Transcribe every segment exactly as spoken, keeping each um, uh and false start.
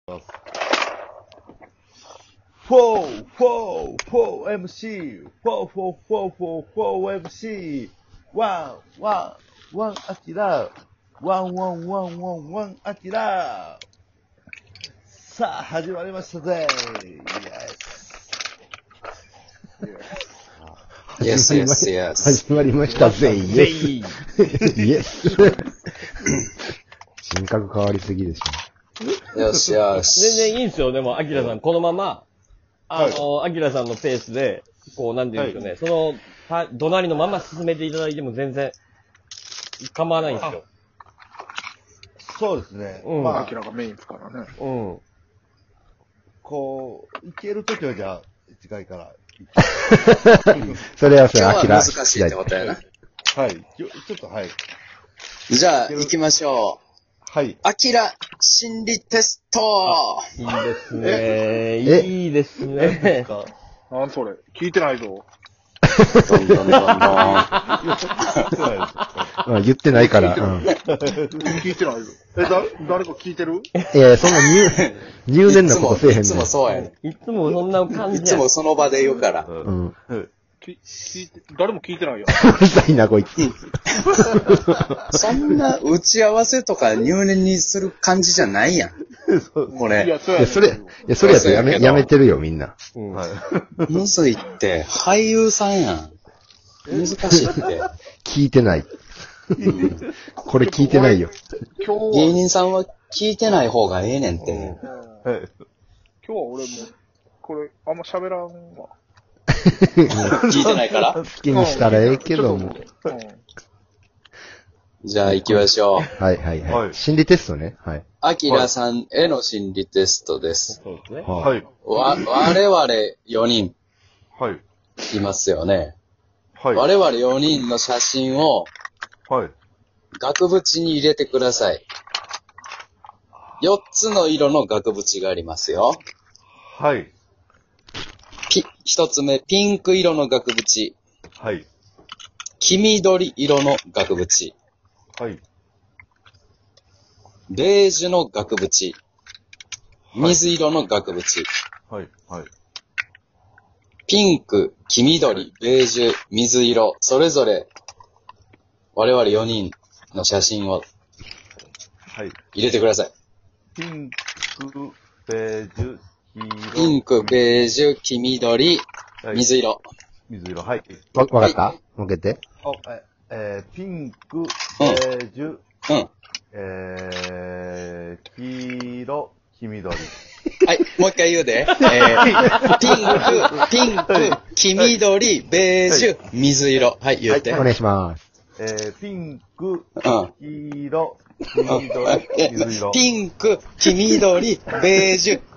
フォー、フォー、フォーエムシー、フォー、フォー、フォー、フォー、フォーエムシー、ワン、ワン、ワン、アキラ、ワン、ワン、ワン、ワン、ワン、アキラ。さあ、始まりましたぜ。 イエス。Yes, yes, yes. 始まりましたぜ。イエス。イエス。人格変わりすぎでしょ。よしよし。 全然いいんですよ。でも、アキラさん、このまま、あの、アキラさんのペースで、こう、なんていうんですかね、はい、その、は、隣のまま進めていただいても全然、構わないんですよ。 そうですね。 うん。まあ、アキラがメインですからね。 うん。 こう、行けるときはじゃあ、近いから。 それはそれ、 アキラ。難しいってことやな。 はい。ちょっと、はい。 じゃあ、行きましょう。 はい。 アキラ心理テスト。 いいですね。いいですね。 なんそれ聞いてないぞ。 どんどんどんどん。 言ってないから。 聞いてないぞ。え、だ、誰か聞いてる？ いや、そんな入、入念なことせえへんねん。 いつもそうやねん。いつもそんな感じや。 いつもその場で言うから。 うん。 き聞いて、誰も聞いてないよ。 うるさいな、こいつ。 そんな打ち合わせとか入念にする感じじゃないやん。これ。 いや、それ、いや、それ、いや、それやとやめ、やめてるよ、みんな。 うん。はい。むずいって、俳優さんやん。難しいって。 聞いてない。うん、これ聞いてないよ。 芸人さんは聞いてない方がええねんって。うん、 今日は俺も、これ、あんま喋らんわ。 聞いてないから好きにしたらええけども。うん、 じゃあ行きましょう。はいはいはい。心理テストね。はい。 アキラさんへの心理テストです。 そうですね。 はい。 わ、我々よにん。 はい。 いますよね。 はい。 我々よにんの写真を、 はい。 額縁に入れてください。よっつの色の額縁がありますよ。 はい。 ピ、一つ目、ピンク色の額縁。 はい。 黄緑色の額縁。 はい。 ベージュの額縁。水色の額縁。 はい。はい。 ピンク、黄緑、ベージュ、水色、それぞれ、我々よにんの写真を、 はい。 入れてください。 ピンク、ベージュ、黄色。 ピンク、ベージュ、黄緑、水色。 水色、はい。 わ、わかった向けて。 あ、えー、ピンク、ベージュ、 うん。 えー、黄色、黄緑。 はい、もう一回言うで。えー、ピンク、ピンク、黄緑、ベージュ、水色。はい、言って。 お願いします。 えー、ピンク、黄色、黄緑、水色。 ピンク、黄緑、ベージュ。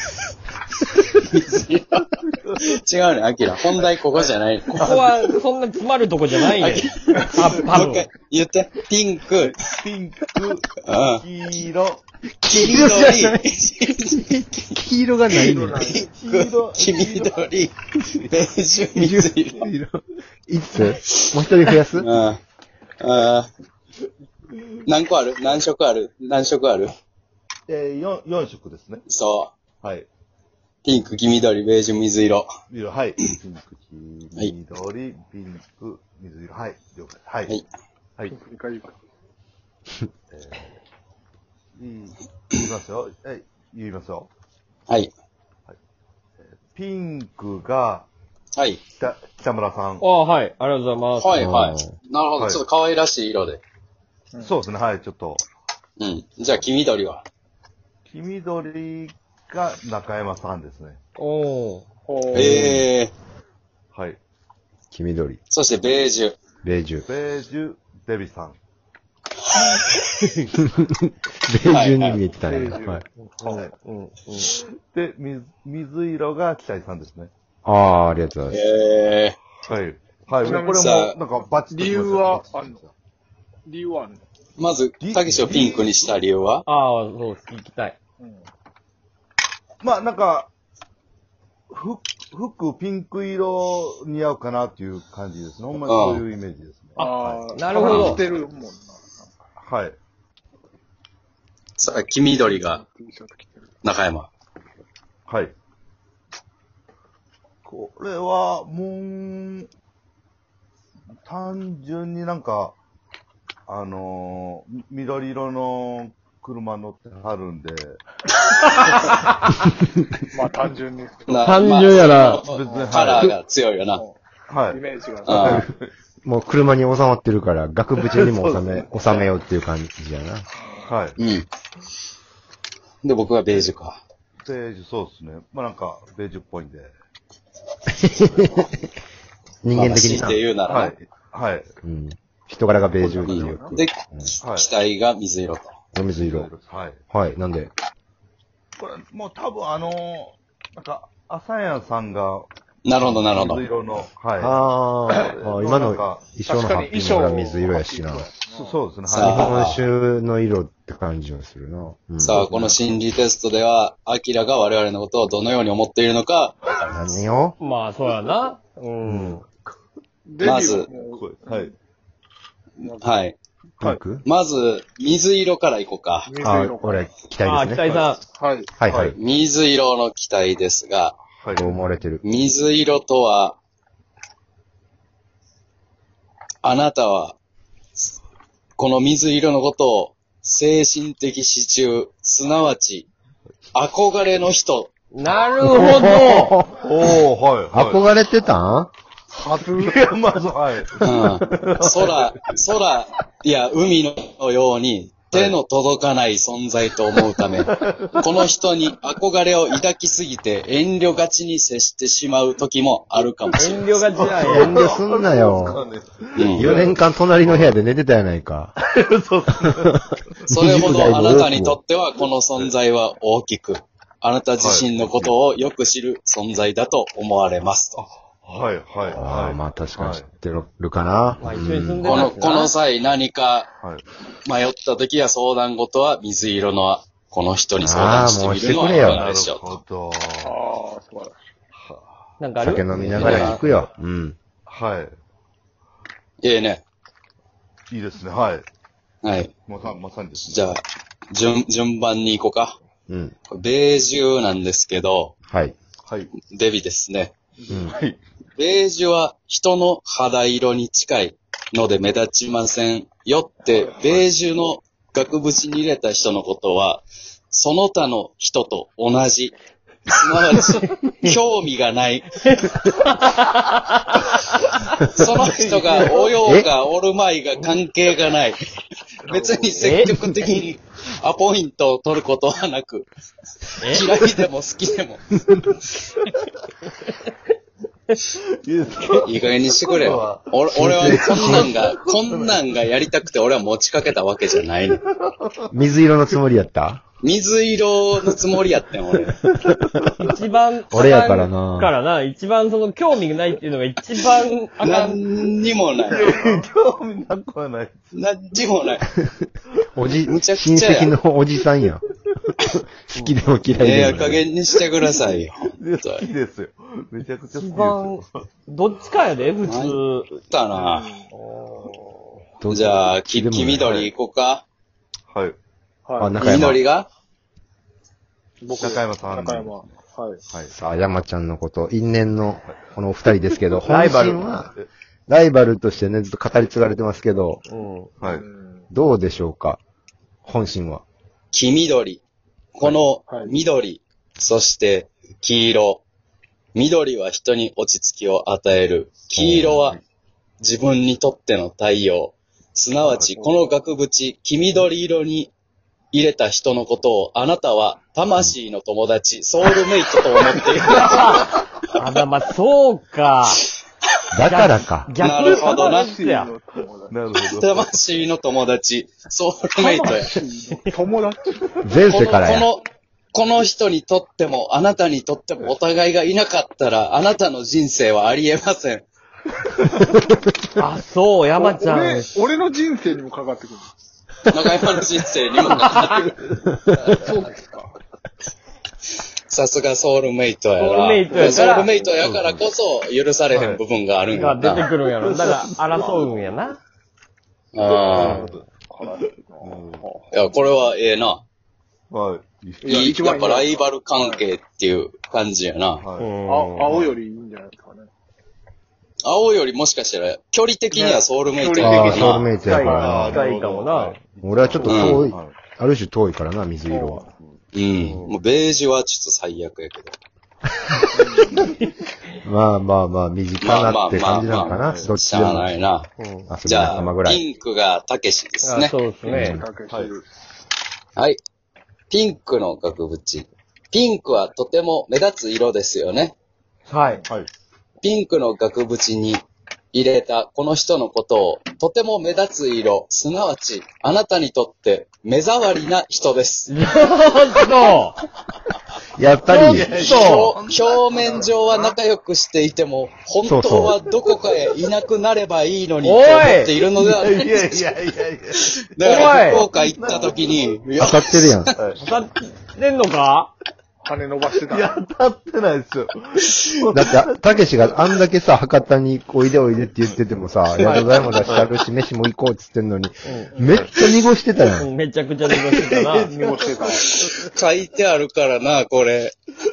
水色。違うね、アキラ。本題ここじゃない。 ここは、そんな詰まるとこじゃないね。 あ、もう一回言って。ピンク、 ピンク、黄色、 黄緑、 黄色がないの。 ピンク、黄緑、ベージュ、水色。 いつもう一人増やす？ うん。ああ。何個ある？何色ある？何色ある？ えー、よん、よん色ですね。 そう。 はい。 ピンク、黄緑、ベージュ、水色。 色、はい。ピンク、黄緑、ピンク、水色。はい。了解。はい。はい。 はい。 えー、いい、言いますよ。はい。言いますよ。 はい。 はい、ピンクが、 はい。 北、北村さん。 ああ、はい。ありがとうございます。 はい、はい。なるほど。はい、ちょっと可愛らしい色で。 そうですね。はい、ちょっと。 うん。じゃあ、黄緑は黄緑が中山さんですね。 おー。 ええー。はい。 黄緑。 そして、ベージュ。 ベージュ。 ベージュ、デビさん。 ベージュに見えてたね。はい。はい。 うんうん、で、水、水色が北井さんですね。 ああ、ありがとうございます。 ええー。はい。はい。これも、なんか、バッチリ。 理由はあるの？理由はあるの？ まず、たけしをピンクにした理由は？ ああ、そう、聞きたい。うん、 まあ、なんか、服、服ピンク色似合うかなっていう感じですね。ほんまにそういうイメージですね。 ああ、なるほど。 してるもんな。 はい。 さあ、黄緑が T シャツ着てる。 中山。 はい。これは、もう、単純になんか、あのー、緑色の車乗ってはるんで、 まあ単純にですけど。 な単純やなまあ別にはいカラーが強いよな。 はい。 イメージが。 あもう車に収まってるから、額縁にも収め、収めようっていう感じやな。 はい。 うん。で、僕はベージュか。 ベージュ、そうですね。まあなんか、ベージュっぽいんで。 人間的になまあ強いて。言うならな。 はい。はい。 うん。人柄がベージュっていいいう。 で、 はい機体が水色と。 お水色。 はい。 はい、なんでこれ、もう多分あのー、なんか、朝やさんが、 なるほど、なるほど水。色の、はい。 あーあ、今のなんか衣装のハッピーも水色やしな。 そそうですね。 さあは日本酒の色って感じがするな。うん、 さあ、この心理テストでは、アキラが我々のことをどのように思っているのか、 何をまあ、そうやな。うん。 デビューまずもい。はい。 はい。 ピンク、 まず、水色からいこうか。 水あ色、 俺、期ああ、 待ですね。 北井さん。 はい。 はいはい。 水色の機体ですが、 はい。 どう思われてる水色とは、あなたは、この水色のことを精神的支柱、すなわち、憧れの人、 なるほど。 おー、はい。はい。 憧れてたんはず、いや、まず、はい。 うん、空、空、いや、海のように手の届かない存在と思うため、この人に憧れを抱きすぎて遠慮がちに接してしまう時もあるかもしれない。 遠慮がちなんや。 遠慮すんなよ。 うんよねんかん隣の部屋で寝てたやないか。 そうっすね。 それほどあなたにとってはこの存在は大きく、あなた自身のことをよく知る存在だと思われますと。 はい、はい、 ああ、 はい。 まあ確かに知ってるかな。 まあ、一緒に住んでこの、 るんだこの際何かはい。 迷った時や相談事は水色のこの人に相談してみるのはいかがなるでしょうと。 ほど。 ああ、素晴らしい。 なんかある酒飲みながら行くよ。うん。 はい。 ええね。 いいですね、はい。 はい。 まさまさにですね。 じゃあ、順、順番に行こうか。 うん。 ベージュなんですけど、 はい。 はい。 デビですね。 うん。 はい。 ベージュは人の肌色に近いので目立ちません。よって、ベージュの額縁に入れた人のことは、その他の人と同じ。すなわち、興味がない。その人がおようがおるまいが関係がない。別に積極的にアポイントを取ることはなく、嫌いでも好きでも、 いいですかいい加減にしてくれよ。俺俺はこんなんが、こんなんがやりたくて俺は持ちかけたわけじゃないの。 水色のつもりやった水色のつもりやってん、俺。 一番、 俺やからなからな、一番その興味がないっていうのが一番あかん。 何にもない。 興味なくはない。 何にもない。 おじ、 むちゃく親ちゃや戚のおじさんや。好きでも嫌いええでも。 加減にしてくださいよ。 好きですよ。めちゃくちゃ好きです一番よ。、 どっちかやで、普参通。 だな。 どじゃあ、き、 でも黄緑行こうか。 はい。 あ、 はい。 中山。 緑が僕、 中山さん中山。はい。 はい。 さあ、山ちゃんのこと、因縁の、このお二人ですけど、 ライバル本心は、ライバルとしてね、ずっと語り継がれてますけど、 うん。 はい。 うんどうでしょうか本心は。 黄緑。このはい緑、そして黄色。緑は人に落ち着きを与える。黄色は自分にとっての太陽。すなわち、この額縁、黄緑色に入れた人のことを、あなたは魂の友達、ソウルメイトと思っている。 あだ、まあ、そうか。 だからか。 逆なるほどな逆や。 なるほど。 魂の友達、ソウルメイトや。 友達前この、 世からや。 この、この人にとっても、あなたにとってもお互いがいなかったら、あなたの人生はありえません。 あ、そう、山ちゃん。 俺、俺の人生にもかかってくる。 中山の人生にもかかってる。 そうですか。 さすがソウルメイトやな。 ソウルメイトやからソウルメイトやからこそ許されへん部分があるんやが出てな。 くるんやろ。だから、争うんやな。 ああ。いや、これはええな。 はい。 いや、 いい一番いいやっぱライバル関係っていう感じやな。 はい。 青青よりいいんじゃないですかね。 青よりもしかしたら、距離的にはソウルメイトやああ、 けどな。 ソウルメイトやからあーな。 近いかもな。 俺はちょっと遠い、 はいある種遠いからな、水色は。 うん。もうベージュはちょっと最悪やけど。 まあまあまあ、身近なって感じなのかな、 まあまあまあどっちでも。 しゃあないな。 うん。 あ、それじゃあ、 仲間ぐらい。 ピンクがたけしですね。 あそうですね。 たけしはいはい。ピンクの額縁。ピンクはとても目立つ色ですよね。 はい。 はい。 ピンクの額縁に入れたこの人のことを、とても目立つ色、すなわち、あなたにとって目障りな人です。 ちょっとやっぱり、 表表面上は仲良くしていても、本当はどこかへいなくなればいいのにと思っているのではないいやいやいやいや。 だから福岡行った時に、いや当たってるやん。 当たってんのか羽伸ばしてた。 いや、当たってないですよ。 だって、たけしがあんだけさ、博多においでおいでって言っててもさ、宿代も出してあるし、飯も行こうっつってんのに、めっちゃ濁してたや。 うんんめちゃくちゃ濁してたな。 濁してた。 書いてあるからな、これ。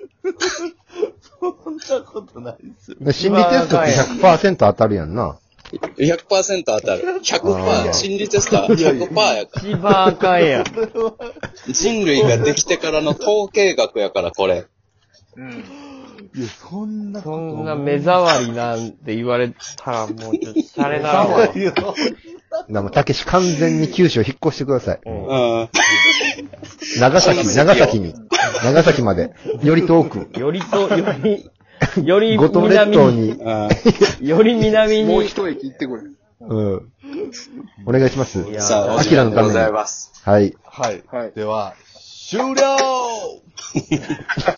そんなことないですよ。 心理テストって ひゃくパーセント 当たるやんな。 ひゃくパーセント 当たる。ひゃくパーセント、心理テストはひゃくパーセントやから。 一番あかんやん。 人類ができてからの統計学やから、これ。 うん。 いや、そんなことそんな目障りなんて言われたらもうちょっとシャレなわ。 いや、 でも、たけし完全に九州引っ越してください。 うんうん。 長崎、長崎に。長崎まで。より遠く。 よりと、より、より五島列島南に、 に。 うんより南に、 もう一駅行ってくれ。 うん。お願いします。 いやさあ、おア時キラのために間でございます。 はい。 はい。 はいでは、終了